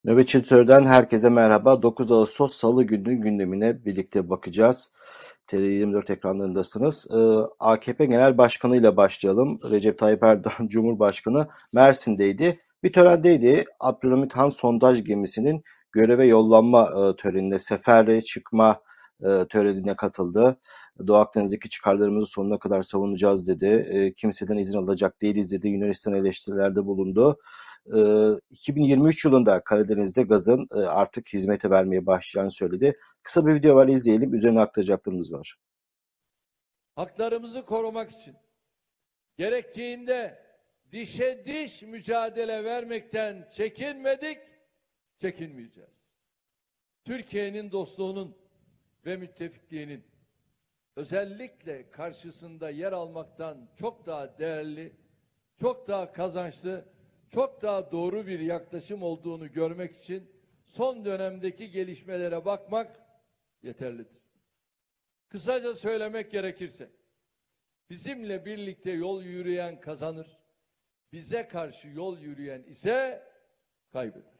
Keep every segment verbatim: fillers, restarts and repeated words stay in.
Nöbetçi Editör'den herkese merhaba. dokuz Ağustos Salı günü gündemine birlikte bakacağız. T R yirmi dört ekranlarındasınız. Ee, A K P Genel Başkanı ile başlayalım. Recep Tayyip Erdoğan Cumhurbaşkanı Mersin'deydi. Bir törendeydi. Abdülhamit Han sondaj gemisinin göreve yollanma e, törenine, sefere çıkma e, törenine katıldı. Doğu Akdeniz'deki çıkarlarımızı sonuna kadar savunacağız dedi. E, kimseden izin alacak değiliz dedi. Yunanistan eleştirilerde bulundu. iki bin yirmi üç yılında Karadeniz'de gazın artık hizmete vermeye başlayacağını söyledi. Kısa bir video var, izleyelim. Üzerine aktaracaklarımız var. Haklarımızı korumak için gerektiğinde dişe diş mücadele vermekten çekinmedik, çekinmeyeceğiz. Türkiye'nin dostluğunun ve müttefikliğinin özellikle karşısında yer almaktan çok daha değerli, çok daha kazançlı, çok daha doğru bir yaklaşım olduğunu görmek için son dönemdeki gelişmelere bakmak yeterlidir. Kısaca söylemek gerekirse, bizimle birlikte yol yürüyen kazanır, bize karşı yol yürüyen ise kaybeder.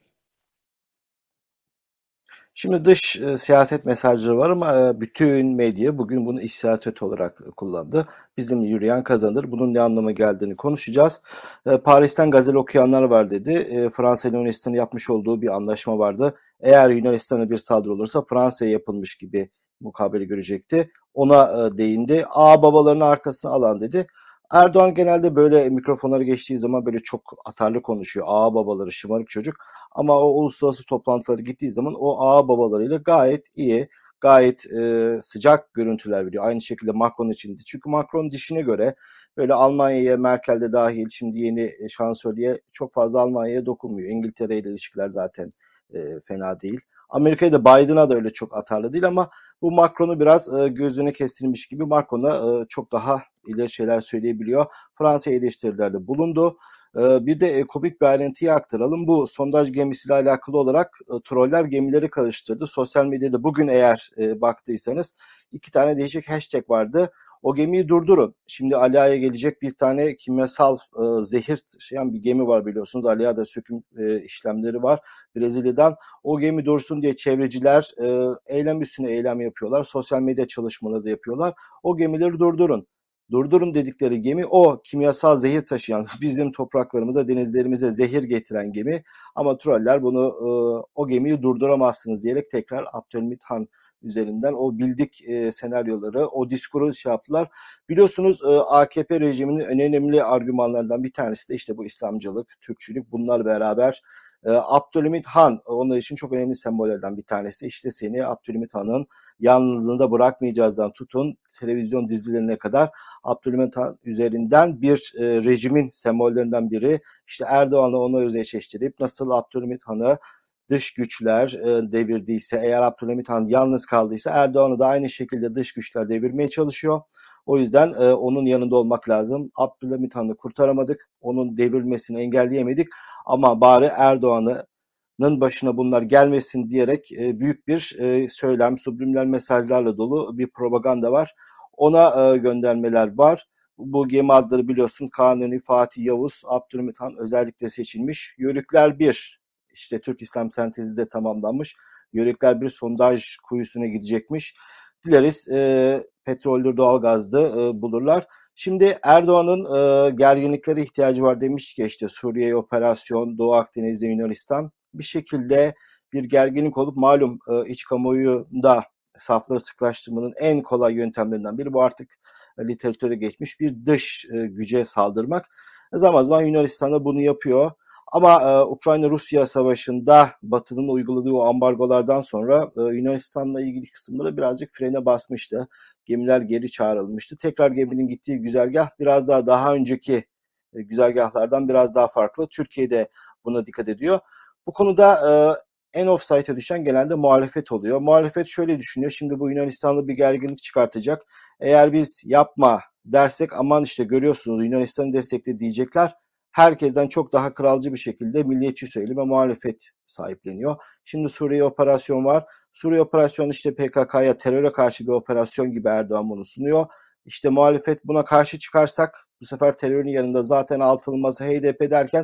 Şimdi dış e, siyaset mesajları var ama e, bütün medya bugün bunu iç siyaset olarak kullandı. Bizimle yürüyen kazanır. Bunun ne anlama geldiğini konuşacağız. E, Paris'ten gazel okuyanlar var dedi. E, Fransa ile Yunanistan'ın yapmış olduğu bir anlaşma vardı. Eğer Yunanistan'a bir saldırı olursa Fransa'ya yapılmış gibi mukabele görecekti. Ona e, değindi. Ağ babalarını arkasına alan dedi. Erdoğan genelde böyle mikrofonlara geçtiği zaman böyle çok atarlı konuşuyor. Ağa babaları, şımarık çocuk. Ama o uluslararası toplantılara gittiği zaman o ağa babalarıyla gayet iyi, gayet e, sıcak görüntüler veriyor. Aynı şekilde Macron için de. Çünkü Macron dişine göre böyle Almanya'ya, Merkel'de dahil, şimdi yeni şansölye çok fazla Almanya'ya dokunmuyor. İngiltere ile ilişkiler zaten e, fena değil. Amerika'ya da Biden'a da öyle çok atarlı değil ama bu Macron'u biraz e, gözüne kestirmiş gibi. Macron'a e, çok daha ileri şeyler söyleyebiliyor. Fransa eleştirilerde bulundu. E, bir de e, komik bir ayrıntıyı aktaralım. Bu sondaj gemisiyle alakalı olarak e, troller gemileri karıştırdı. Sosyal medyada bugün eğer e, baktıysanız iki tane değişik hashtag vardı. O gemiyi durdurun. Şimdi Aliağa'ya gelecek bir tane kimyasal e, zehir taşıyan bir gemi var biliyorsunuz. Aliağa'da söküm e, işlemleri var Brezilya'dan. O gemi dursun diye çevreciler e, eylem üstüne eylem yapıyorlar. Sosyal medya çalışmaları da yapıyorlar. O gemileri durdurun. Durdurun dedikleri gemi o kimyasal zehir taşıyan, bizim topraklarımıza, denizlerimize zehir getiren gemi. Ama troller bunu e, o gemiyi durduramazsınız diyerek tekrar Abdülhamit Han üzerinden o bildik e, senaryoları, o diskuru şey yaptılar. Biliyorsunuz e, A K P rejiminin en önemli argümanlarından bir tanesi de işte bu İslamcılık, Türkçülük, bunlar beraber. E, Abdülhamit Han onlar için çok önemli sembollerden bir tanesi. İşte seni Abdülhamit Han'ın yalnızlığında bırakmayacağızdan tutun televizyon dizilerine kadar Abdülhamit Han üzerinden bir e, rejimin sembollerinden biri. İşte Erdoğan'la onu özdeşleştirip nasıl Abdülhamit Han'ı dış güçler e, devirdiyse, eğer Abdülhamit Han yalnız kaldıysa Erdoğan'ı da aynı şekilde dış güçler devirmeye çalışıyor. O yüzden e, onun yanında olmak lazım. Abdülhamit Han'ı kurtaramadık, onun devrilmesini engelleyemedik ama bari Erdoğan'ı başına bunlar gelmesin diyerek e, büyük bir e, söylem, subliminal mesajlarla dolu bir propaganda var. Ona e, göndermeler var. Bu gemi adları biliyorsun Kanuni, Fatih Yavuz, Abdülhamit Han özellikle seçilmiş. Yörükler bir, işte Türk İslam sentezi de tamamlanmış. Yörükler bir sondaj kuyusuna gidecekmiş. Dileriz e, petroldür, doğalgazdı e, bulurlar. Şimdi Erdoğan'ın e, gerginliklere ihtiyacı var demiş ki işte Suriye operasyon, Doğu Akdeniz'de Yunanistan bir şekilde bir gerginlik olup malum e, iç kamuoyunda safları sıklaştırmanın en kolay yöntemlerinden biri bu artık e, literatüre geçmiş bir dış e, güce saldırmak. E, zaman zaman Yunanistan bunu yapıyor. Ama e, Ukrayna-Rusya savaşında Batı'nın uyguladığı o ambargolardan sonra e, Yunanistan'la ilgili kısımları birazcık frene basmıştı. Gemiler geri çağrılmıştı. Tekrar geminin gittiği güzergah biraz daha daha önceki e, güzergahlardan biraz daha farklı. Türkiye'de buna dikkat ediyor. Bu konuda e, en offside'e düşen genelde muhalefet oluyor. Muhalefet şöyle düşünüyor. Şimdi bu Yunanistan'da bir gerginlik çıkartacak. Eğer biz yapma dersek aman işte görüyorsunuz Yunanistan'ı destekle diyecekler. Herkesten çok daha kralcı bir şekilde milliyetçi söyleme muhalefet sahipleniyor. Şimdi Suriye operasyon var. Suriye operasyonu işte P K K'ya teröre karşı bir operasyon gibi Erdoğan bunu sunuyor. İşte muhalefet buna karşı çıkarsak bu sefer terörün yanında zaten altılmaz H D P derken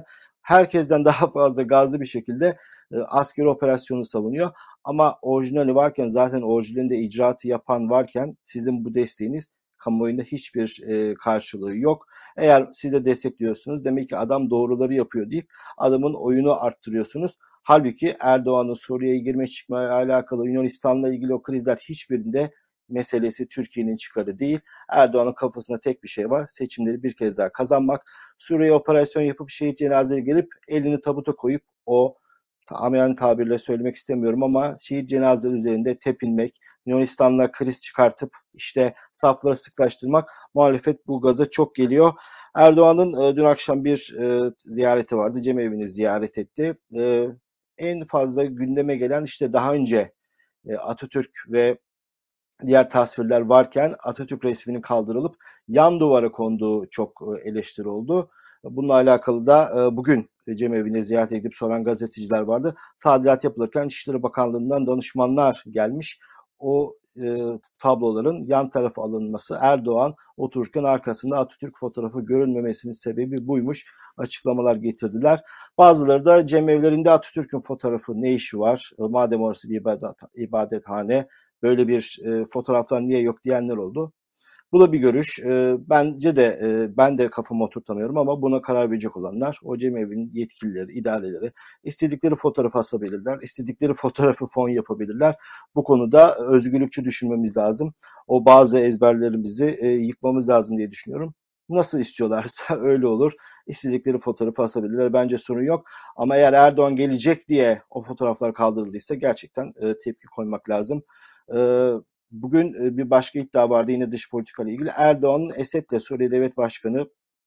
herkesten daha fazla gazlı bir şekilde e, askeri operasyonu savunuyor. Ama orijinali varken, zaten orijinalinde icraatı yapan varken sizin bu desteğiniz kamuoyunda hiçbir e, karşılığı yok. Eğer siz de destekliyorsunuz, demek ki adam doğruları yapıyor deyip adamın oyunu arttırıyorsunuz. Halbuki Erdoğan'ın Suriye'ye girme çıkmaya alakalı, Yunanistan'la ilgili o krizler hiçbirinde meselesi Türkiye'nin çıkarı değil. Erdoğan'ın kafasında tek bir şey var: seçimleri bir kez daha kazanmak. Suriye operasyon yapıp şehit cenazeleri gelip elini tabuta koyup, o amelen tabirle söylemek istemiyorum ama, şehit cenazeleri üzerinde tepinmek, Yunanistan'la kriz çıkartıp işte safları sıklaştırmak, muhalefet bu gaza çok geliyor. Erdoğan'ın e, dün akşam bir e, ziyareti vardı. Cemevi'ni ziyaret etti. E, en fazla gündeme gelen, işte daha önce e, Atatürk ve diğer tasvirler varken Atatürk resminin kaldırılıp yan duvara konduğu çok e, eleştiri oldu. Bununla alakalı da e, bugün cemeviine ziyaret edip soran gazeteciler vardı. Tadilat yapılırken İçişleri Bakanlığı'ndan danışmanlar gelmiş. O e, tabloların yan tarafa alınması, Erdoğan otururken arkasında Atatürk fotoğrafı görünmemesinin sebebi buymuş açıklamalar getirdiler. Bazıları da cemevlerinde Atatürk'ün fotoğrafı ne işi var? E, madem orası bir ibadet, ibadethane, böyle bir e, fotoğraflar niye yok diyenler oldu. Bu da bir görüş. E, bence de e, ben de kafamı oturtamıyorum ama buna karar verecek olanlar o cemevinin yetkilileri, idareleri. İstedikleri fotoğrafı asabilirler, istedikleri fotoğrafı fon yapabilirler. Bu konuda özgürlükçü düşünmemiz lazım. O bazı ezberlerimizi e, yıkmamız lazım diye düşünüyorum. Nasıl istiyorlarsa öyle olur. İstedikleri fotoğrafı asabilirler. Bence sorun yok. Ama eğer Erdoğan gelecek diye o fotoğraflar kaldırıldıysa gerçekten e, tepki koymak lazım. E, Bugün e, bir başka iddia vardı yine dış politika ile ilgili. Erdoğan'ın Esed'le, Suriye Devlet Başkanı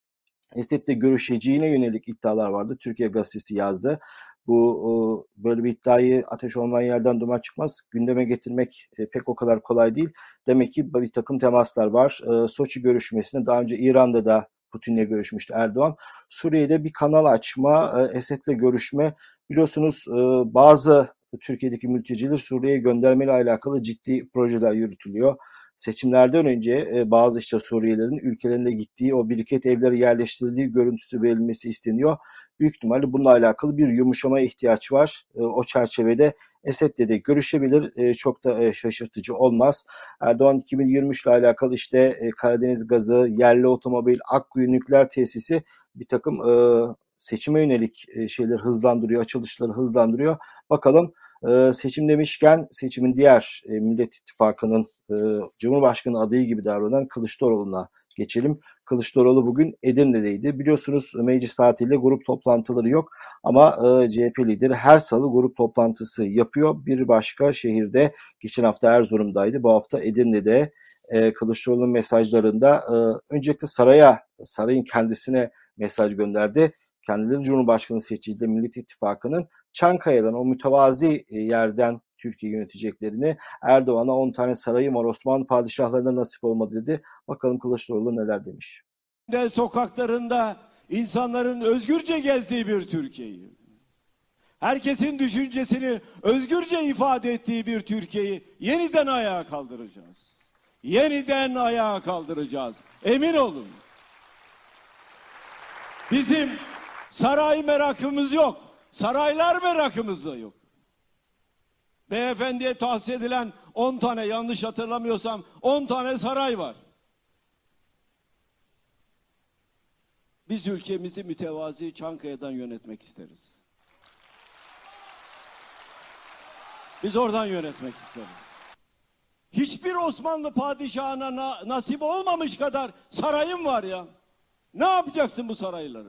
Esed'le görüşeceğine yönelik iddialar vardı. Türkiye Gazetesi yazdı. Bu böyle bir iddiayı, ateş olmayan yerden duman çıkmaz, gündeme getirmek e, pek o kadar kolay değil. Demek ki bir takım temaslar var. E, Soçi görüşmesinde daha önce İran'da da Putin'le görüşmüştü Erdoğan. Suriye'de bir kanal açma, e, Esed'le görüşme. Biliyorsunuz e, bazı Türkiye'deki mültecileri Suriye'ye göndermeyle alakalı ciddi projeler yürütülüyor. Seçimlerden önce e, bazı işte Suriyelilerin ülkelerine gittiği, o biriket evlere yerleştirildiği görüntüsü verilmesi isteniyor. Büyük ihtimalle bununla alakalı bir yumuşamaya ihtiyaç var. E, o çerçevede Esed'le de görüşebilir. E, çok da e, şaşırtıcı olmaz. Erdoğan iki bin yirmi üç ile alakalı işte e, Karadeniz gazı, yerli otomobil, Akkuyu nükleer tesisi, bir takım e, seçime yönelik e, şeyleri hızlandırıyor, açılışları hızlandırıyor. Bakalım. Ee, seçim demişken seçimin diğer e, Millet İttifakı'nın e, Cumhurbaşkanı adayı gibi davranan Kılıçdaroğlu'na geçelim. Kılıçdaroğlu bugün Edirne'deydi. Biliyorsunuz meclis tatiliyle grup toplantıları yok ama e, C H P lideri her salı grup toplantısı yapıyor. Bir başka şehirde, geçen hafta Erzurum'daydı, bu hafta Edirne'de. E, Kılıçdaroğlu'nun mesajlarında e, öncelikle saraya, sarayın kendisine mesaj gönderdi. Kendileri Cumhurbaşkanı seçildi, Millet İttifakı'nın Çankaya'dan, o mütevazi yerden Türkiye yöneteceklerini, Erdoğan'a on tane sarayım var, Osmanlı padişahlarına nasip olmadı dedi. Bakalım Kılıçdaroğlu neler demiş. Sokaklarında insanların özgürce gezdiği bir Türkiye'yi, herkesin düşüncesini özgürce ifade ettiği bir Türkiye'yi yeniden ayağa kaldıracağız. Yeniden ayağa kaldıracağız. Emin olun. Bizim saray merakımız yok. Saraylar merakımız da yok. Beyefendiye tahsis edilen on tane, yanlış hatırlamıyorsam on tane saray var. Biz ülkemizi mütevazi Çankaya'dan yönetmek isteriz. Biz oradan yönetmek isteriz. Hiçbir Osmanlı padişahına na nasip olmamış kadar sarayım var ya. Ne yapacaksın bu sarayları?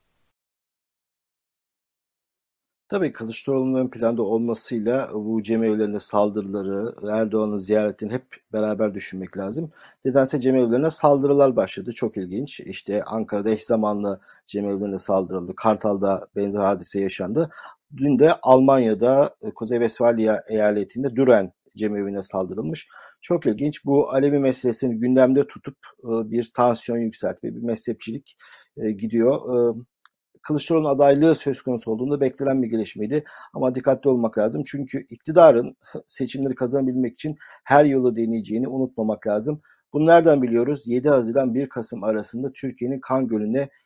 Tabii Kılıçdaroğlu'nun ön planda olmasıyla bu cemevlerine saldırıları, Erdoğan'ın ziyaretini hep beraber düşünmek lazım. Nedense cemevlerine saldırılar başladı. Çok ilginç. İşte Ankara'da eş zamanlı cemevlerine saldırıldı. Kartal'da benzer hadise yaşandı. Dün de Almanya'da Kuzey Vesfalya eyaletinde Düren cemevine saldırılmış. Çok ilginç. Bu Alevi meselesini gündemde tutup bir tansiyon yükseltme, bir mezhepçilik gidiyor. Kılıçdaroğlu'nun adaylığı söz konusu olduğunda beklenen bir gelişmeydi. Ama dikkatli olmak lazım. Çünkü iktidarın seçimleri kazanabilmek için her yolu deneyeceğini unutmamak lazım. Bunu nereden biliyoruz? yedi Haziran bir Kasım arasında Türkiye'nin kan gölüne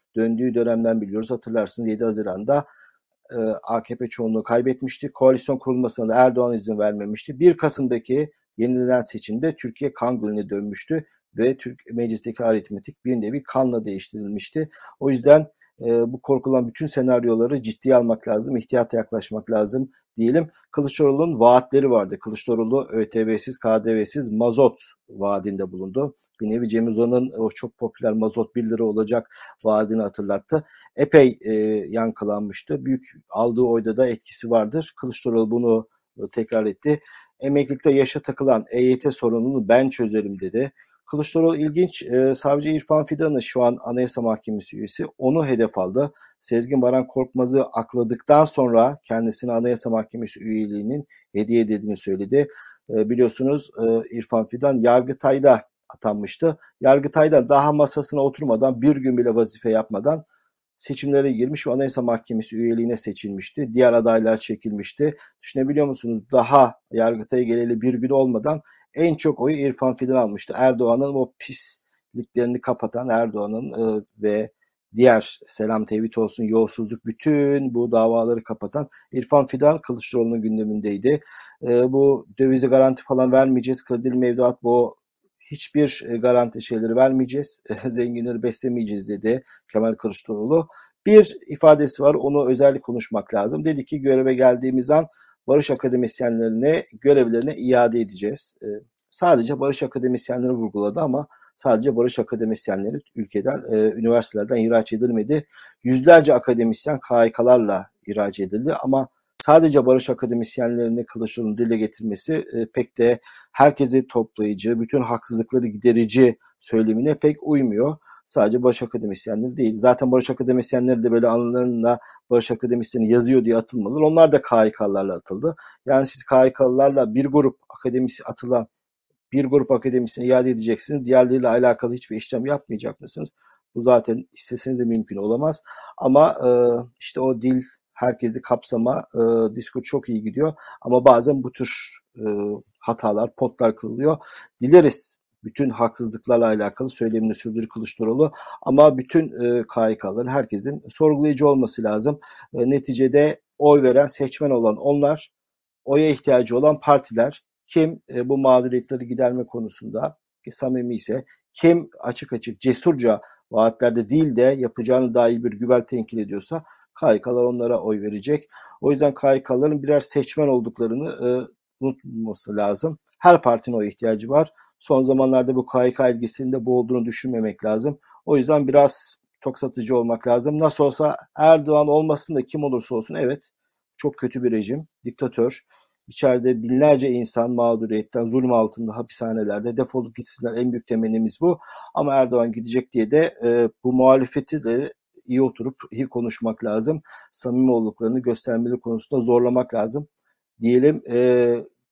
döndüğü dönemden biliyoruz. Hatırlarsınız yedi Haziran'da e, A K P çoğunluğu kaybetmişti. Koalisyon kurulmasına da Erdoğan izin vermemişti. bir Kasım'daki yenilenen seçimde Türkiye kan gölüne dönmüştü ve Türk meclisteki aritmetik bir nevi kanla değiştirilmişti. O yüzden e, bu korkulan bütün senaryoları ciddiye almak lazım, ihtiyata yaklaşmak lazım diyelim. Kılıçdaroğlu'nun vaatleri vardı. Kılıçdaroğlu ÖTV'siz, K D V'siz mazot vaadinde bulundu. Bir nevi Cem Uzan'ın o çok popüler mazot bir lira olacak vaadini hatırlattı. Epey e, yankılanmıştı. Büyük aldığı oyda da etkisi vardır. Kılıçdaroğlu bunu tekrar etti. Emeklilikte yaşa takılan E Y T sorununu ben çözerim dedi. Kılıçdaroğlu ilginç, e, savcı İrfan Fidan'ı şu an Anayasa Mahkemesi üyesi onu hedef aldı. Sezgin Baran Korkmaz'ı akladıktan sonra kendisine Anayasa Mahkemesi üyeliğinin hediye edildiğini söyledi. E, biliyorsunuz e, İrfan Fidan Yargıtay'da atanmıştı. Yargıtay'da daha masasına oturmadan bir gün bile vazife yapmadan seçimlere girmiş ve Anayasa Mahkemesi üyeliğine seçilmişti. Diğer adaylar çekilmişti. Düşünebiliyor musunuz? Daha Yargıtay'a geleli bir gün olmadan en çok oyu İrfan Fidan almıştı. Erdoğan'ın o pisliklerini kapatan Erdoğan'ın e, ve diğer selam tevhid olsun yolsuzluk bütün bu davaları kapatan İrfan Fidan Kılıçdaroğlu'nun gündemindeydi. E, bu dövizi garanti falan vermeyeceğiz. Kredili mevduat bu hiçbir garanti şeyleri vermeyeceğiz. Zenginleri beslemeyeceğiz dedi Kemal Kılıçdaroğlu. Bir ifadesi var, onu özellikle konuşmak lazım. Dedi ki göreve geldiğimiz an barış akademisyenlerine görevlerine iade edeceğiz. E, sadece barış akademisyenleri vurguladı ama sadece barış akademisyenleri ülkeden, e, üniversitelerden ihraç edilmedi. Yüzlerce akademisyen K H K'larla ihraç edildi ama sadece barış akademisyenlerine Kılıçdaroğlu'nun dile getirmesi e, pek de herkesi toplayıcı, bütün haksızlıkları giderici söylemine pek uymuyor. Sadece barış akademisyenleri değil. Zaten barış akademisyenleri de böyle anılarında barış akademisyeni yazıyor diye atılmalılar. Onlar da K H K'larla atıldı. Yani siz K H K'larla bir grup akademis atılan bir grup akademisyeni iade edeceksiniz. Diğerleriyle alakalı hiçbir işlem yapmayacak mısınız? Bu zaten isteseniz de mümkün olamaz. Ama e, işte o dil herkesi kapsama e, diskur çok iyi gidiyor. Ama bazen bu tür e, hatalar, potlar kırılıyor. Dileriz bütün haksızlıklarla alakalı söylemini sürdürür Kılıçdaroğlu. Ama bütün e, K H K'ların herkesin sorgulayıcı olması lazım. E, neticede oy veren, seçmen olan onlar, oya ihtiyacı olan partiler, kim e, bu mağduriyetleri giderme konusunda ki samimi ise, kim açık açık cesurca vaatlerde değil de yapacağını dair bir güvel tenkil ediyorsa K H K'lar onlara oy verecek. O yüzden K H K'ların birer seçmen olduklarını e, unutulması lazım. Her partinin oy ihtiyacı var. Son zamanlarda bu K H K ilgisinde bu olduğunu düşünmemek lazım. O yüzden biraz toksatıcı olmak lazım. Nasıl olsa Erdoğan olmasın da kim olursa olsun evet çok kötü bir rejim, diktatör. İçeride binlerce insan mağduriyetten, zulüm altında hapishanelerde defolup gitsinler. En büyük temennimiz bu. Ama Erdoğan gidecek diye de e, bu muhalefeti de iyi oturup iyi konuşmak lazım. Samimi olduklarını göstermeleri konusunda zorlamak lazım. Diyelim e,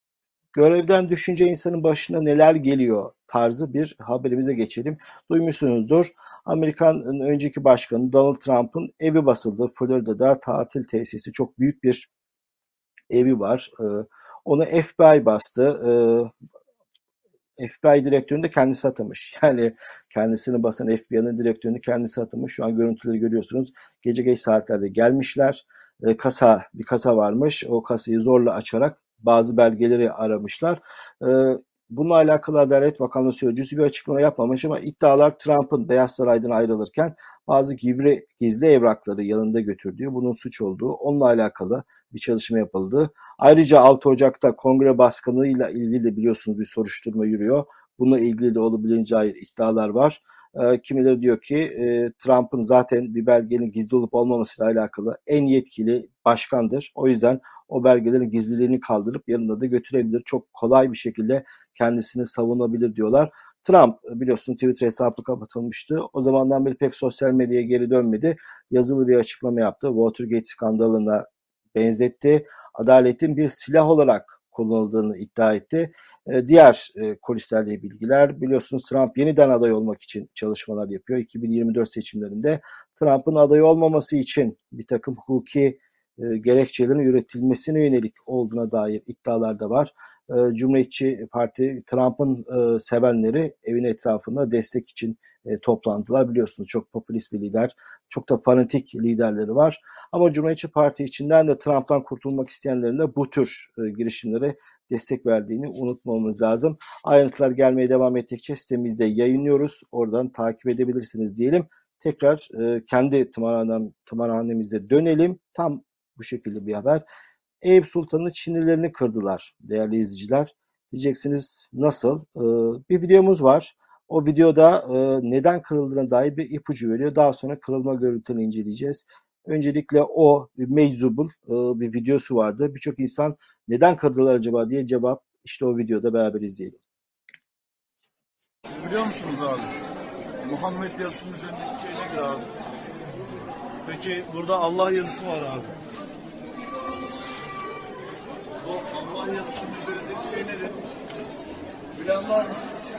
görevden düşünce insanın başına neler geliyor tarzı bir haberimize geçelim. Duymuşsunuzdur. Amerika'nın önceki başkanı Donald Trump'ın evi basıldı. Florida'da tatil tesisi, çok büyük bir evi var. Ee, onu F B I bastı. Ee, F B I direktörünü de kendisi atamış. Yani kendisini basan F B I'nin direktörünü kendisi atamış. Şu an görüntüleri görüyorsunuz. Gece geç saatlerde gelmişler. Ee, kasa, bir kasa varmış. O kasayı zorla açarak bazı belgeleri aramışlar. Ee, bununla alakalı Adalet Bakanlığı sözcüsü bir açıklama yapmamış ama iddialar Trump'ın Beyaz Saray'dan ayrılırken bazı gizli, gizli evrakları yanında götürdüğü, bunun suç olduğu, onunla alakalı bir çalışma yapıldı. Ayrıca altı Ocak'ta Kongre baskınıyla ilgili de biliyorsunuz bir soruşturma yürüyor. Bununla ilgili de olabileceğine dair iddialar var. E, kimileri diyor ki e, Trump'ın zaten bir belgenin gizli olup olmamasıyla alakalı en yetkili başkandır. O yüzden o belgelerin gizliliğini kaldırıp yanında da götürebilir. Çok kolay bir şekilde kendisini savunabilir diyorlar. Trump biliyorsunuz Twitter hesabı kapatılmıştı. O zamandan beri pek sosyal medyaya geri dönmedi. Yazılı bir açıklama yaptı. Watergate skandalına benzetti. Adaletin bir silah olarak kullanıldığını iddia etti. E, diğer e, kulislerle bilgiler, biliyorsunuz Trump yeniden aday olmak için çalışmalar yapıyor. iki bin yirmi dört seçimlerinde Trump'ın aday olmaması için bir takım hukuki e, gerekçelerin üretilmesine yönelik olduğuna dair iddialar da var. e, Cumhuriyetçi Parti, Trump'ın e, sevenleri evin etrafında destek için e, toplandılar. Biliyorsunuz çok popülist bir lider, çok da fanatik liderleri var. Ama Cumhuriyetçi Parti içinden de Trump'tan kurtulmak isteyenlerin de bu tür e, girişimlere destek verdiğini unutmamamız lazım. Ayrıntılar gelmeye devam ettikçe sitemizde yayınlıyoruz. Oradan takip edebilirsiniz diyelim. Tekrar e, kendi tımarhanem, tımarhanemizde dönelim. Tam bu şekilde bir haber. Eyüp Sultan'ın Çinlilerini kırdılar değerli izleyiciler. Diyeceksiniz nasıl? Ee, bir videomuz var. O videoda e, neden kırıldığına dair bir ipucu veriyor. Daha sonra kırılma görüntülerini inceleyeceğiz. Öncelikle o meczubun e, bir videosu vardı. Birçok insan neden kırdılar acaba diye cevap işte o videoda beraber izleyelim. Siz biliyor musunuz abi? Muhammed yazısının üzerindeki şey nedir abi? Peki burada Allah yazısı var abi. Bu Allah yazısının üzerindeki şey nedir? Bilen var mı?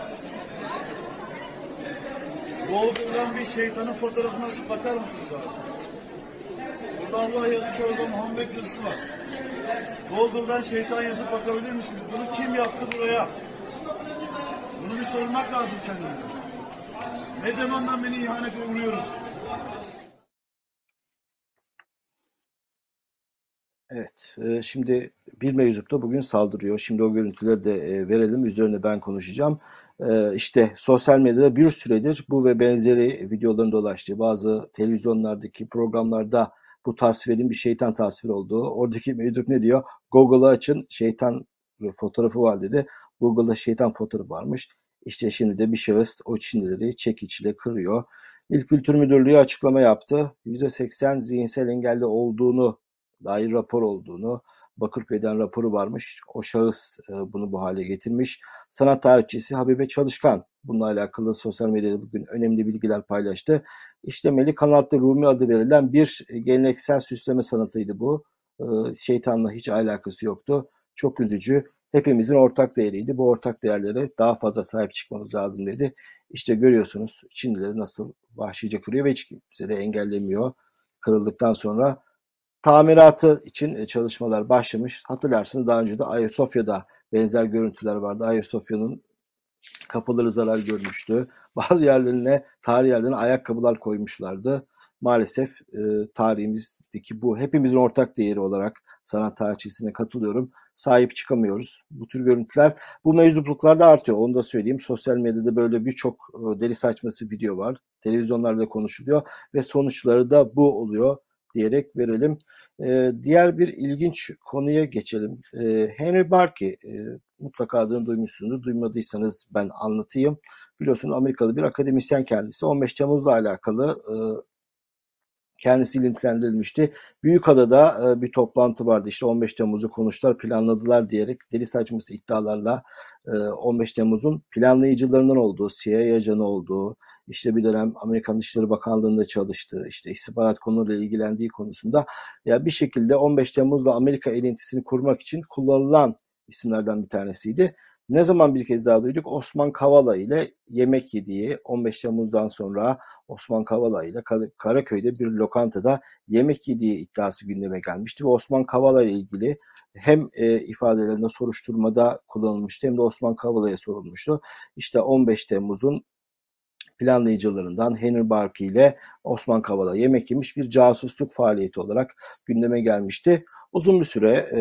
Google'dan bir şeytanın fotoğrafına açıp bakar mısınız abi? Burada Allah yazısı, orada Muhammed yazısı var. Google'dan şeytan yazıp bakabilir misiniz? Bunu kim yaptı buraya? Bunu bir sormak lazım kendimize. Ne zamandan beni ihanete uğruyoruz? Evet, e, şimdi bir meczup da bugün saldırıyor. Şimdi o görüntüleri de e, verelim. Üzerine ben konuşacağım. E, işte sosyal medyada bir süredir bu ve benzeri videoların dolaştığı bazı televizyonlardaki programlarda bu tasvirin bir şeytan tasviri olduğu. Oradaki meczup ne diyor? Google'ı açın, şeytan fotoğrafı var dedi. Google'da şeytan fotoğrafı varmış. İşte şimdi de bir şahıs o Çinlileri çekiçle kırıyor. İl Kültür Müdürlüğü açıklama yaptı. yüzde seksen zihinsel engelli olduğunu dair rapor olduğunu, Bakırköy'den raporu varmış. O şahıs e, bunu bu hale getirmiş. Sanat tarihçisi Habibe Çalışkan bununla alakalı sosyal medyada bugün önemli bilgiler paylaştı. İşlemeli kanatlı Rumi adı verilen bir geleneksel süsleme sanatıydı bu. E, şeytanla hiç alakası yoktu. Çok üzücü. Hepimizin ortak değeriydi. Bu ortak değerlere daha fazla sahip çıkmamız lazım dedi. İşte görüyorsunuz Çinlileri nasıl vahşice kırıyor ve hiç kimse de engellemiyor. Kırıldıktan sonra tamiratı için çalışmalar başlamış. Hatırlarsınız daha önce de Ayasofya'da benzer görüntüler vardı. Ayasofya'nın kapıları zarar görmüştü. Bazı yerlerine, tarih yerlerine ayakkabılar koymuşlardı. Maalesef e, tarihimizdeki bu hepimizin ortak değeri olarak sanat tarihçisine katılıyorum. Sahip çıkamıyoruz. Bu tür görüntüler, bu meczupluklar da artıyor. Onu da söyleyeyim. Sosyal medyada böyle birçok e, deli saçması video var. Televizyonlarda konuşuluyor ve sonuçları da bu oluyor diyerek verelim. Ee, diğer bir ilginç konuya geçelim. Ee, Henry Barkey, e, mutlaka adını duymuşsunuzdur. Duymadıysanız ben anlatayım. Biliyorsunuz Amerikalı bir akademisyen kendisi. on beş Temmuz'la alakalı e, kendisi ilintilendirilmişti. Büyükada'da e, bir toplantı vardı. İşte on beş Temmuz'u konuştular, planladılar diyerek deli saçması iddialarla e, on beş Temmuz'un planlayıcılarından olduğu, C I A ajanı olduğu, işte bir dönem Amerikan Dışişleri Bakanlığı'nda çalıştığı, işte istihbarat konularıyla ilgilendiği konusunda ya bir şekilde on beş Temmuz'la Amerika elintisini kurmak için kullanılan isimlerden bir tanesiydi. Ne zaman bir kez daha duyduk? Osman Kavala ile yemek yediği, on beş Temmuz'dan sonra Osman Kavala ile Karaköy'de bir lokantada yemek yediği iddiası gündeme gelmişti ve Osman Kavala ile ilgili hem e, ifadelerinde soruşturmada kullanılmıştı hem de Osman Kavala'ya sorulmuştu. İşte on beş Temmuz'un planlayıcılarından Henry Barkey ile Osman Kavala yemek yemiş bir casusluk faaliyeti olarak gündeme gelmişti. Uzun bir süre e,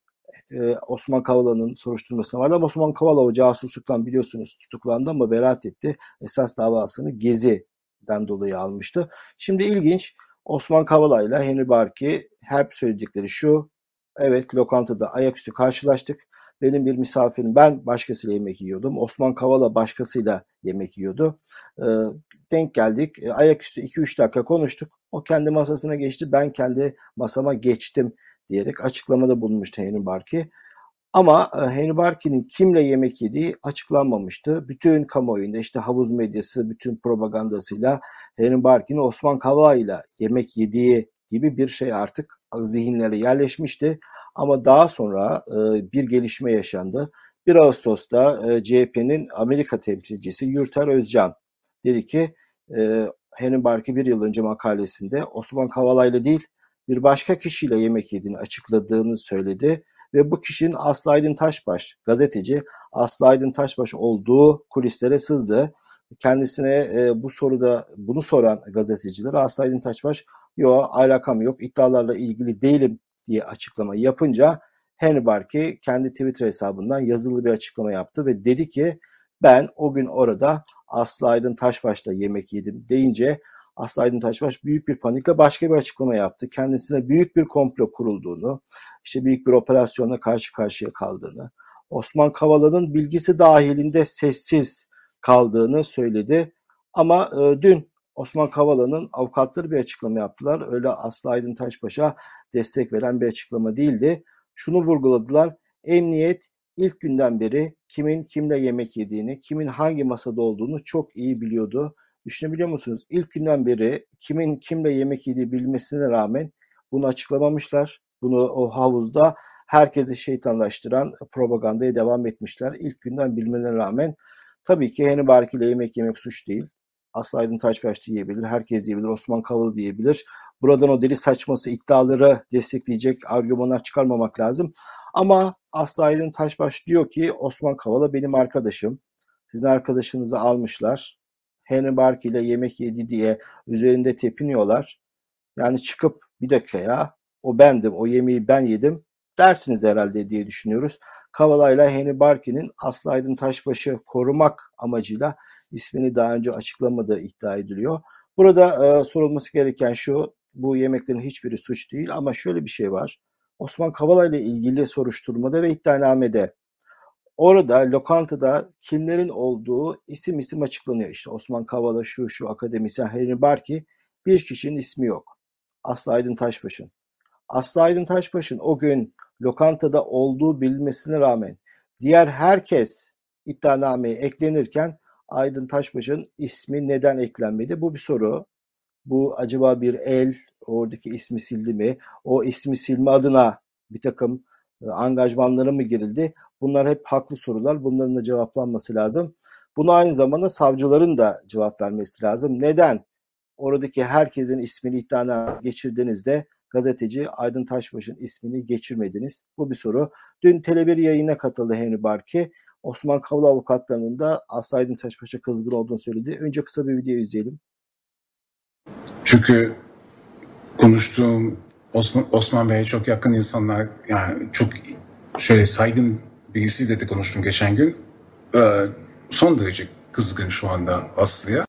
e, Osman Kavala'nın soruşturmasına vardı ama Osman Kavala o casusluktan biliyorsunuz tutuklandı ama beraat etti. Esas davasını Gezi'den dolayı almıştı. Şimdi ilginç, Osman Kavala ile Henry Barkey hep söyledikleri şu: evet, lokantada ayaküstü karşılaştık. Benim bir misafirim, ben başkasıyla yemek yiyordum. Osman Kavala başkasıyla yemek yiyordu. E, denk geldik. E, ayaküstü iki üç dakika konuştuk. O kendi masasına geçti. Ben kendi masama geçtim diyerek açıklamada bulunmuştu Henry Barkey. Ama e, Henry Barkey'nin kimle yemek yediği açıklanmamıştı. Bütün kamuoyunda işte havuz medyası, bütün propagandasıyla Henry Barkey'nin Osman Kavala ile yemek yediği gibi bir şey artık zihinlere yerleşmişti. Ama daha sonra e, bir gelişme yaşandı. bir Ağustos'ta e, C H P'nin Amerika temsilcisi Yurter Özcan dedi ki e, Henry Barkey bir yıl önce makalesinde Osman Kavala ile değil bir başka kişiyle yemek yediğini açıkladığını söyledi ve bu kişinin Aslı Aydın Taşbaş, gazeteci Aslı Aydın Taşbaş olduğu kulislere sızdı. Kendisine e, bu soruda bunu soran gazeteciler Aslı Aydın Taşbaş yok alakam yok iddialarla ilgili değilim diye açıklama yapınca Henry Barkey kendi Twitter hesabından yazılı bir açıklama yaptı ve dedi ki ben o gün orada Aslı Aydın Taşbaş'la yemek yedim deyince Aslı Aydın Taşbaş büyük bir panikle başka bir açıklama yaptı. Kendisine büyük bir komplo kurulduğunu, işte büyük bir operasyonla karşı karşıya kaldığını, Osman Kavala'nın bilgisi dahilinde sessiz kaldığını söyledi. Ama e, dün Osman Kavala'nın avukatları bir açıklama yaptılar. Öyle Aslı Aydın Taşbaş'a destek veren bir açıklama değildi. Şunu vurguladılar. Emniyet ilk günden beri kimin kimle yemek yediğini, kimin hangi masada olduğunu çok iyi biliyordu. Düşünebiliyor musunuz? İlk günden beri kimin kimle yemek yediği bilmesine rağmen bunu açıklamamışlar. Bunu o havuzda herkesi şeytanlaştıran propagandaya devam etmişler. İlk günden bilmelerine rağmen tabii ki Henry Barkey ile yemek yemek suç değil. Aslı Aydın Taşbaş diyebilir, herkes diyebilir, Osman Kavala diyebilir. Buradan o deli saçması iddiaları destekleyecek argümanlar çıkarmamak lazım. Ama Aslı Aydın Taşbaş diyor ki Osman Kavala benim arkadaşım. Sizin arkadaşınızı almışlar. Henry Barkey ile yemek yedi diye üzerinde tepiniyorlar. Yani çıkıp bir dakika ya o bendim, o yemeği ben yedim dersiniz herhalde diye düşünüyoruz. Kavala ile Henry Barkey'nin Aslı Aydın Taşbaş'ı korumak amacıyla ismini daha önce açıklamadığı iddia ediliyor. Burada e, sorulması gereken şu, bu yemeklerin hiçbiri suç değil ama şöyle bir şey var. Osman Kavala ile ilgili soruşturmada ve iddianamede orada lokantada kimlerin olduğu isim isim açıklanıyor. İşte Osman Kavala şu şu akademisyen Henry Barkey bir kişinin ismi yok. Aslı Aydın Taşbaş'ın. Aslı Aydın Taşbaş'ın o gün lokantada olduğu bilinmesine rağmen diğer herkes iddianameye eklenirken Aydın Taşbaş'ın ismi neden eklenmedi? Bu bir soru. Bu acaba bir el oradaki ismi sildi mi? O ismi silme adına bir takım e, angajmanlara mı girildi? Bunlar hep haklı sorular. Bunların da cevaplanması lazım. Buna aynı zamanda savcıların da cevap vermesi lazım. Neden oradaki herkesin ismini iddiana geçirdiğinizde gazeteci Aydın Taşbaş'ın ismini geçirmediniz? Bu bir soru. Dün Tele bir yayına katıldı Henry Barkey. Osman Kavala avukatlarının da Aslı Aydın Taşbaş'a kızgın olduğunu söyledi. Önce kısa bir video izleyelim. Çünkü konuştuğum Osman, Osman Bey'e çok yakın insanlar, yani çok şöyle saygın birisiyle de konuştum geçen gün. Ee, son derece kızgın şu anda Aslı'ya.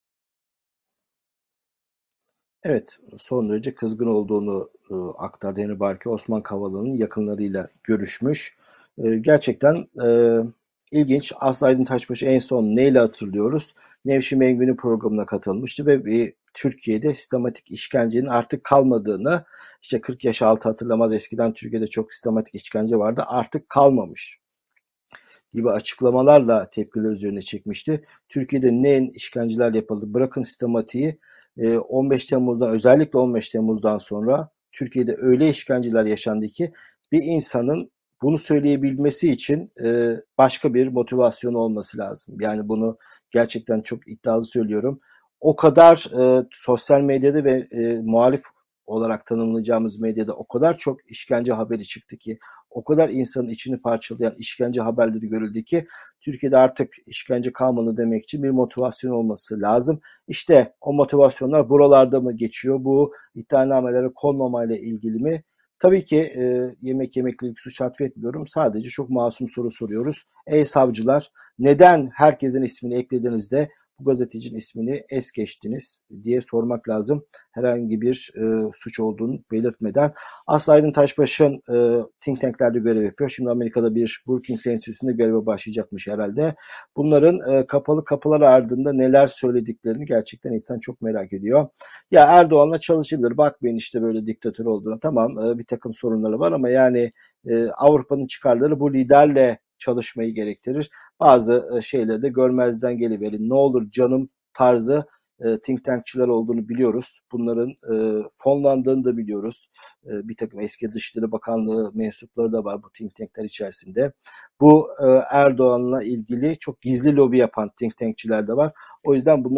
Evet, son derece kızgın olduğunu e, aktardı Henry Barkey. Osman Kavala'nın yakınlarıyla görüşmüş. E, gerçekten e, ilginç. Aslı Aydın Taşbaş'ı en son neyle hatırlıyoruz? Nevşi Mengü'nün programına katılmıştı ve bir Türkiye'de sistematik işkencenin artık kalmadığını, işte kırk yaş altı hatırlamaz, eskiden Türkiye'de çok sistematik işkence vardı, artık kalmamış gibi açıklamalarla tepkiler üzerine çekmişti. Türkiye'de ne işkenceler yapıldı, bırakın sistematiği, on beş Temmuz'dan, özellikle on beş Temmuz'dan sonra Türkiye'de öyle işkenceler yaşandı ki bir insanın bunu söyleyebilmesi için başka bir motivasyon olması lazım. Yani bunu gerçekten çok iddialı söylüyorum. O kadar e, sosyal medyada ve e, muhalif olarak tanımlayacağımız medyada o kadar çok işkence haberi çıktı ki, o kadar insanın içini parçalayan işkence haberleri görüldü ki Türkiye'de artık işkence kalmalı demek için bir motivasyon olması lazım. İşte o motivasyonlar buralarda mı geçiyor? Bu iddianamelere konmamayla ilgili mi? Tabii ki e, yemek yemekle ilgili suç atfetmiyorum. Sadece çok masum soru soruyoruz. Ey savcılar, neden herkesin ismini eklediğinizde bu gazetecinin ismini es geçtiniz diye sormak lazım. Herhangi bir e, suç olduğunu belirtmeden. Aslı Aydın Taşbaş'ın e, think tanklerde görev yapıyor. Şimdi Amerika'da bir Brookings Enstitüsü'nde göreve başlayacakmış herhalde. Bunların e, kapalı kapılar ardında neler söylediklerini gerçekten insan çok merak ediyor. Ya Erdoğan'la çalışılır. Bakmayın işte böyle diktatör olduğuna. Tamam e, bir takım sorunları var ama yani e, Avrupa'nın çıkarları bu liderle çalışmayı gerektirir. Bazı şeyleri de görmezden geliverin. Ne olur canım tarzı e, think tankçılar olduğunu biliyoruz. Bunların e, fonlandığını da biliyoruz. E, bir takım eski Dışişleri Bakanlığı mensupları da var bu think tankler içerisinde. Bu e, Erdoğan'la ilgili çok gizli lobi yapan think tankçiler de var. O yüzden bunları hep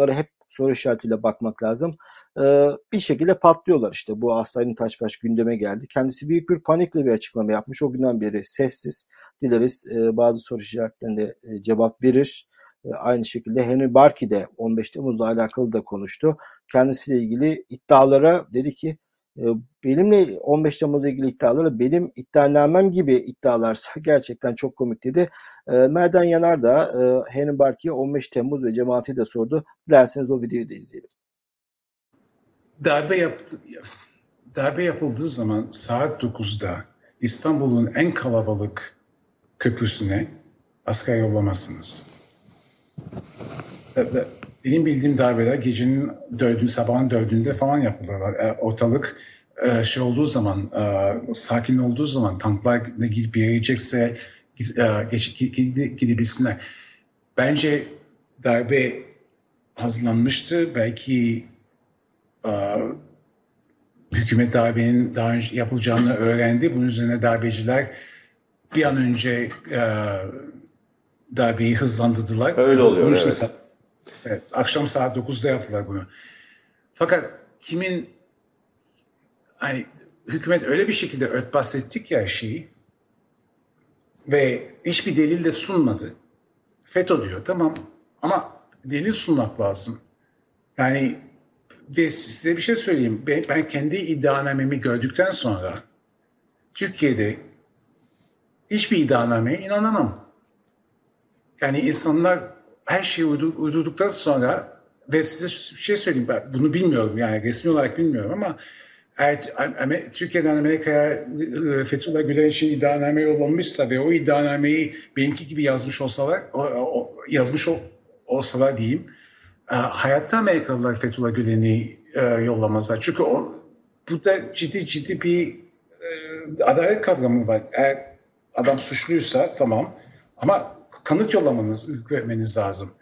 soru işaretiyle bakmak lazım. Ee, bir şekilde patlıyorlar işte. Bu Aslı Aydın Taşbaş gündeme geldi. Kendisi büyük bir panikle bir açıklama yapmış. O günden beri sessiz. Dileriz e, bazı soru işaretlerine e, cevap verir. E, aynı şekilde Henry Barkey de on beş Temmuz'la alakalı da konuştu. Kendisiyle ilgili iddialara dedi ki e, benimle on beş Temmuz'la ilgili iddiaları benim iddianamem gibi iddialarsa gerçekten çok komik dedi. E, Merdan Yanar da e, Henry Barkey'e on beş Temmuz ve cemaati de sordu. Dilerseniz o videoyu da izleyelim. Darbe yaptı, darbe yapıldığı zaman saat dokuzda İstanbul'un en kalabalık köprüsüne asker yollamazsınız. Benim bildiğim darbeler gecenin dördünde, sabahın dördünde falan yapılırlar. Ortalık şey olduğu zaman, sakin olduğu zaman, tanklar ne gidip bir yere gidecekse gidebilsinler. Bence darbe hazırlanmıştı. Belki hükümet darbenin daha önce yapılacağını öğrendi. Bunun üzerine darbeciler bir an önce darbeyi hızlandırdılar. Öyle oluyor, evet. Sa- evet. Akşam saat dokuzda yaptılar bunu. Fakat kimin hani hükümet öyle bir şekilde örtbas ettik ya şeyi ve hiçbir delil de sunmadı. FETÖ diyor, tamam, ama delil sunmak lazım. Yani ve size bir şey söyleyeyim. Ben, ben kendi iddianamemi gördükten sonra Türkiye'de hiçbir iddianameye inanamam. Yani insanlar her şeyi uydurduktan sonra ve size bir şey söyleyeyim, ben bunu bilmiyorum, yani resmi olarak bilmiyorum ama eğer Türkiye'den Amerika'ya Fethullah Gülen için iddianame yollamışsa ve o iddianameyi benimki gibi yazmış olsalar, o, o, yazmış ol, olsalar diyeyim, hayatta Amerikalılar Fethullah Gülen'i e, yollamazlar. Çünkü o, burada ciddi ciddi bir e, adalet kavramı var. Eğer adam suçluysa tamam, ama kanıt yollamanız, vermeniz lazım.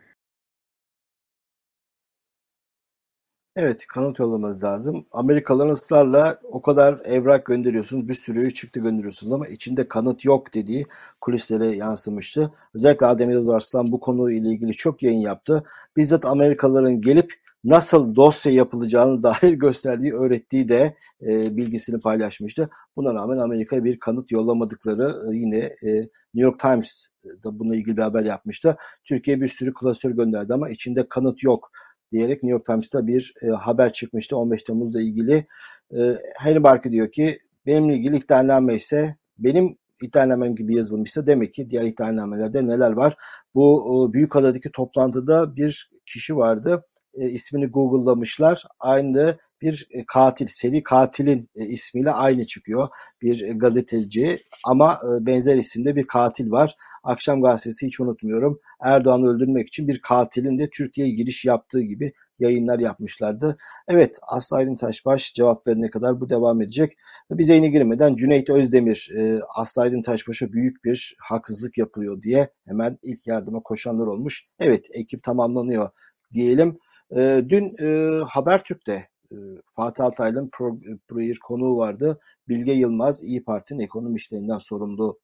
Evet, kanıt yollamanız lazım. Amerikalıların ısrarla o kadar evrak gönderiyorsunuz, bir sürü çıktı gönderiyorsunuz ama içinde kanıt yok dediği kulislere yansımıştı. Özellikle Adem Yavuz Arslan bu konuyla ilgili çok yayın yaptı. Bizzat Amerikalıların gelip nasıl dosya yapılacağını dair gösterdiği, öğrettiği de e, bilgisini paylaşmıştı. Buna rağmen Amerika'ya bir kanıt yollamadıkları e, yine e, New York Times da bununla ilgili bir haber yapmıştı. Türkiye bir sürü klasör gönderdi ama içinde kanıt yok diyerek New York Times'ta bir e, haber çıkmıştı on beş Temmuz'la ilgili. E, Henry Barkey diyor ki benimle ilgili iddianame ise benim iddianamem gibi yazılmışsa demek ki diğer iddianamelerde neler var? Bu e, Büyükada'daki toplantıda bir kişi vardı. E, ismini Google'lamışlar. Aynı bir e, katil, seri katilin e, ismiyle aynı çıkıyor. Bir e, gazeteci ama e, benzer isimde bir katil var. Akşam Gazetesi, hiç unutmuyorum. Erdoğan'ı öldürmek için bir katilin de Türkiye'ye giriş yaptığı gibi yayınlar yapmışlardı. Evet, Aslı Aydın Taşbaş cevap verene kadar bu devam edecek. Bize yeni girmeden Cüneyt Özdemir e, Aslı Aydın Taşbaş'a büyük bir haksızlık yapılıyor diye hemen ilk yardıma koşanlar olmuş. Evet, ekip tamamlanıyor diyelim. E, dün e, Habertürk'te e, Fatih Altaylı'nın pro, pro bir konuğu vardı. Bilge Yılmaz, İYİ Parti'nin ekonomi işlerinden sorumlu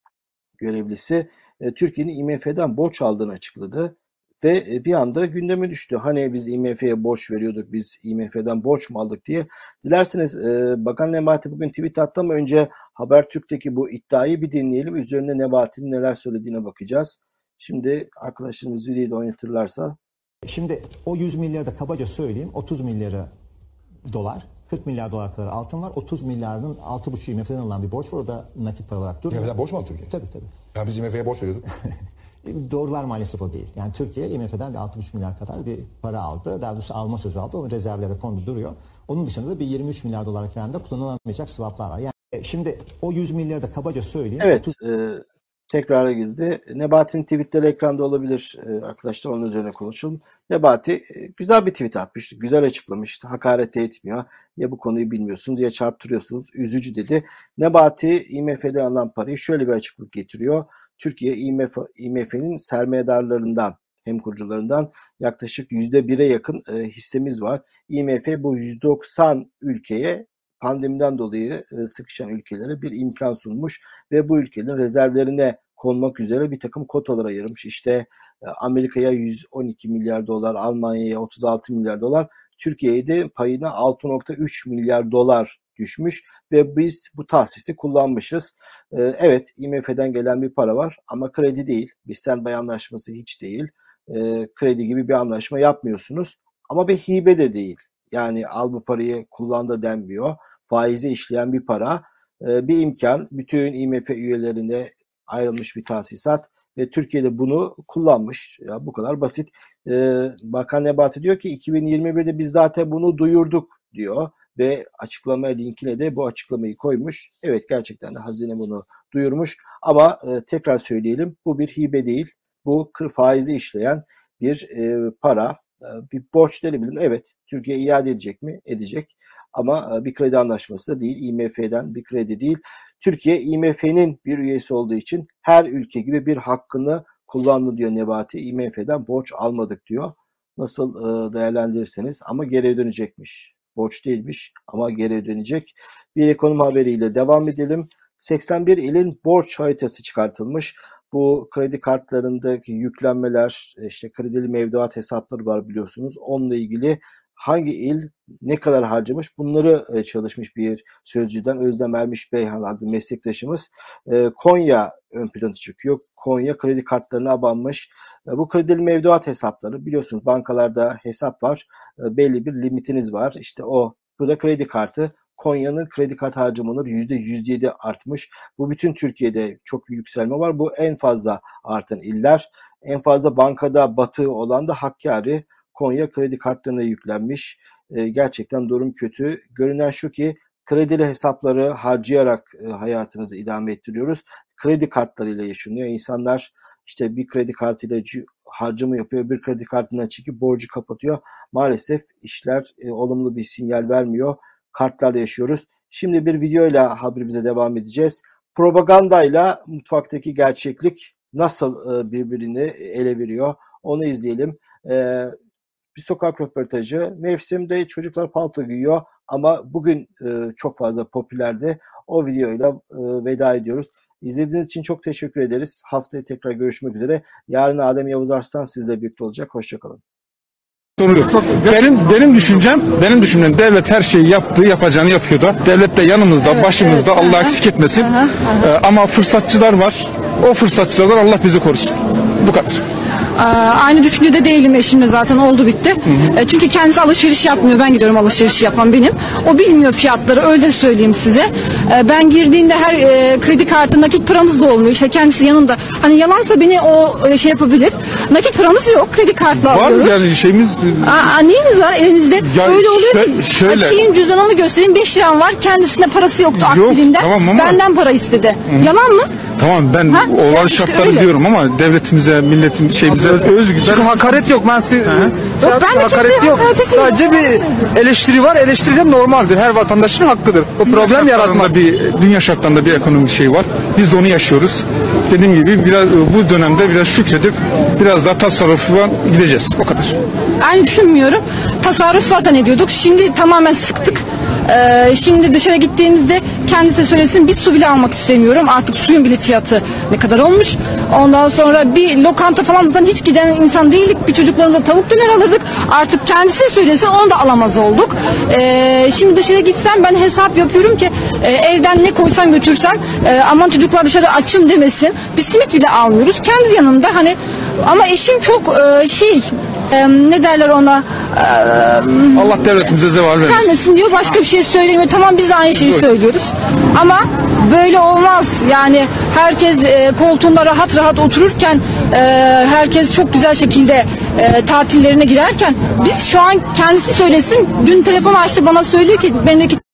görevlisi, e, Türkiye'nin I M F'den borç aldığını açıkladı ve e, bir anda gündeme düştü. Hani biz I M F'ye borç veriyorduk, biz I M F'den borç mu aldık diye. Dilerseniz e, Bakan Nebati bugün tweet attı ama önce Habertürk'teki bu iddiayı bir dinleyelim. Üzerine Nebati'nin neler söylediğine bakacağız. Şimdi arkadaşlarımız videoyu da oynatırlarsa. Şimdi o yüz milyarı da kabaca söyleyeyim. otuz milyarı dolar, kırk milyar dolar kadar altın var. otuz milyarın altı buçuk I M F'den alınan bir borç var. O da nakit para olarak duruyor. I M F'den borç mu aldı Türkiye? Tabii tabii. Ya biz I M F'ye borç veriyorduk. Doğrular maalesef o değil. Yani Türkiye I M F'den bir altı buçuk milyar kadar bir para aldı. Daha doğrusu alma sözü aldı. O rezervlere kondu duruyor. Onun dışında da bir yirmi üç milyar dolar falan da kullanılamayacak swaplar var. Yani şimdi o yüz milyarı da kabaca söyleyeyim. Evet. otuz... E, tekrara girdi. Nebati'nin tweetleri ekranda olabilir e, arkadaşlar, onun üzerine konuşalım. Nebati e, güzel bir tweet atmıştı. Güzel açıklamıştı. Hakaret etmiyor. Ya bu konuyu bilmiyorsunuz ya çarptırıyorsunuz. Üzücü dedi. Nebati I M F'den alınan parayı şöyle bir açıklık getiriyor. Türkiye I M F, I M F'nin sermayedarlarından, hem kurucularından yaklaşık yüzde bire yakın e, hissemiz var. I M F bu yüz doksan ülkeye, pandemiden dolayı sıkışan ülkelere bir imkan sunmuş ve bu ülkelerin rezervlerine konmak üzere bir takım kotalar ayırmış. İşte Amerika'ya yüz on iki milyar dolar, Almanya'ya otuz altı milyar dolar, Türkiye'ye de payına altı nokta üç milyar dolar düşmüş ve biz bu tahsisi kullanmışız. Ee, evet, I M F'den gelen bir para var ama kredi değil. Bir standby anlaşması hiç değil. Ee, kredi gibi bir anlaşma yapmıyorsunuz ama bir hibe de değil. Yani al bu parayı kullan da denmiyor. Faize işleyen bir para, ee, bir imkan. Bütün I M F üyelerine ayrılmış bir tahsisat ve Türkiye'de bunu kullanmış. Ya bu kadar basit. Ee, Bakan Nebati diyor ki iki bin yirmi birde biz zaten bunu duyurduk diyor ve açıklama linkine de bu açıklamayı koymuş. Evet, gerçekten de hazine bunu duyurmuş ama e, tekrar söyleyelim, bu bir hibe değil. Bu faizi işleyen bir e, para, e, bir borç denebilir. Evet, Türkiye iade edecek mi? Edecek. Ama e, bir kredi anlaşması da değil. I M F'den bir kredi değil. Türkiye I M F'nin bir üyesi olduğu için her ülke gibi bir hakkını kullandı diyor Nebati. I M F'den borç almadık diyor. Nasıl e, değerlendirirseniz, ama geri dönecekmiş. Borç değilmiş ama geri dönecek. Bir ekonomi haberiyle devam edelim. seksen bir ilin borç haritası çıkartılmış. Bu kredi kartlarındaki yüklenmeler, işte kredili mevduat hesapları var biliyorsunuz. Onunla ilgili hangi il ne kadar harcamış, bunları çalışmış bir sözcüden Özlem Ermiş Beyhan adlı meslektaşımız. Konya ön plana çıkıyor. Konya kredi kartlarına abanmış. Bu kredili mevduat hesapları, biliyorsunuz bankalarda hesap var. Belli bir limitiniz var. İşte o, bu da kredi kartı. Konya'nın kredi kart harcamaları yüzde yüz yedi artmış. Bu bütün Türkiye'de çok bir yükselme var. Bu en fazla artan iller. En fazla bankada batığı olan da Hakkari. Konya kredi kartlarına yüklenmiş. E, gerçekten durum kötü. Görünen şu ki kredili hesapları harcayarak e, hayatımızı idame ettiriyoruz. Kredi kartlarıyla yaşanıyor. İnsanlar işte bir kredi kartıyla harcama yapıyor, bir kredi kartından çekip borcu kapatıyor. Maalesef işler e, olumlu bir sinyal vermiyor. Kartlarla yaşıyoruz. Şimdi bir videoyla haberimize devam edeceğiz. Propagandayla mutfaktaki gerçeklik nasıl e, birbirini ele veriyor, onu izleyelim. E, bir sokak röportajı. Mevsimde çocuklar palto giyiyor ama bugün e, çok fazla popülerdi. O videoyla e, veda ediyoruz. İzlediğiniz için çok teşekkür ederiz. Haftaya tekrar görüşmek üzere. Yarın Adem Yavuz Arslan sizle birlikte olacak. Hoşçakalın. Benim benim düşüncem, benim düşüncem devlet her şeyi yaptığı, yapacağını yapıyordu. Devlet de yanımızda, evet, başımızda, evet. Allah eksik etmesin. Aha, aha. Ee, ama fırsatçılar var. O fırsatçılardan Allah bizi korusun. Bu kadar. Aynı düşüncede değilim eşimle, zaten oldu bitti. Hı hı. Çünkü kendisi alışveriş yapmıyor. Ben gidiyorum, alışveriş yapan benim. O bilmiyor fiyatları, öyle söyleyeyim size. Ben girdiğimde her e, kredi kartı nakit paramız da olmuyor. İşte kendisi yanında. Hani yalansa beni o şey yapabilir. Nakit paramız yok. Kredi kartla var alıyoruz. Var yani şeyimiz. Aa, neyimiz var evimizde? Ya öyle oluyor şöyle, ki. şöyle. Açayım cüzdanımı göstereyim. beş liram var. Kendisinde parası yoktu akbilinden. Tamam ama. Benden para istedi. Hı. Yalan mı? Tamam, ben ha? olan yani işte şartları öyle diyorum ama devletimize, milletin şeyimize özgür. Bir hakaret yok. Ben size, yok, ben de hakaret yok. Sadece bir eleştiri var. Eleştiri de normaldir. Her vatandaşın hakkıdır. O dünya problem yaratmak. Bir dünya şartlarında bir ekonomik şey var. Biz de onu yaşıyoruz. Dediğim gibi biraz bu dönemde biraz şükredip biraz daha tasarrufa gideceğiz. O kadar. Aynı düşünmüyorum. Tasarruf zaten ediyorduk. Şimdi tamamen sıktık. Ee, şimdi dışarı gittiğimizde kendisi söylesin, bir su bile almak istemiyorum. Artık suyun bile fiyatı ne kadar olmuş. Ondan sonra bir lokanta falan zaten hiç giden insan değildik. Bir çocuklarımıza tavuk döner alırdık. Artık kendisi söylesin, onu da alamaz olduk. Ee, şimdi dışarı gitsem ben hesap yapıyorum ki e, evden ne koysam götürsem e, aman çocuklar dışarı açım demesin. Bir simit bile almıyoruz. Kendi yanımda hani, ama eşim çok e, şey e, ne derler ona, e, Allah devletimize zeval vermesin. Vermesin diyor, başka bir şey söylemiyor. Tamam, biz de aynı şeyi söylüyoruz. Ama böyle olmaz. Yani herkes e, koltuğunda rahat rahat otururken, e, herkes çok güzel şekilde e, tatillerine girerken, biz şu an kendisi söylesin. Dün telefon açtı, bana söylüyor ki memleket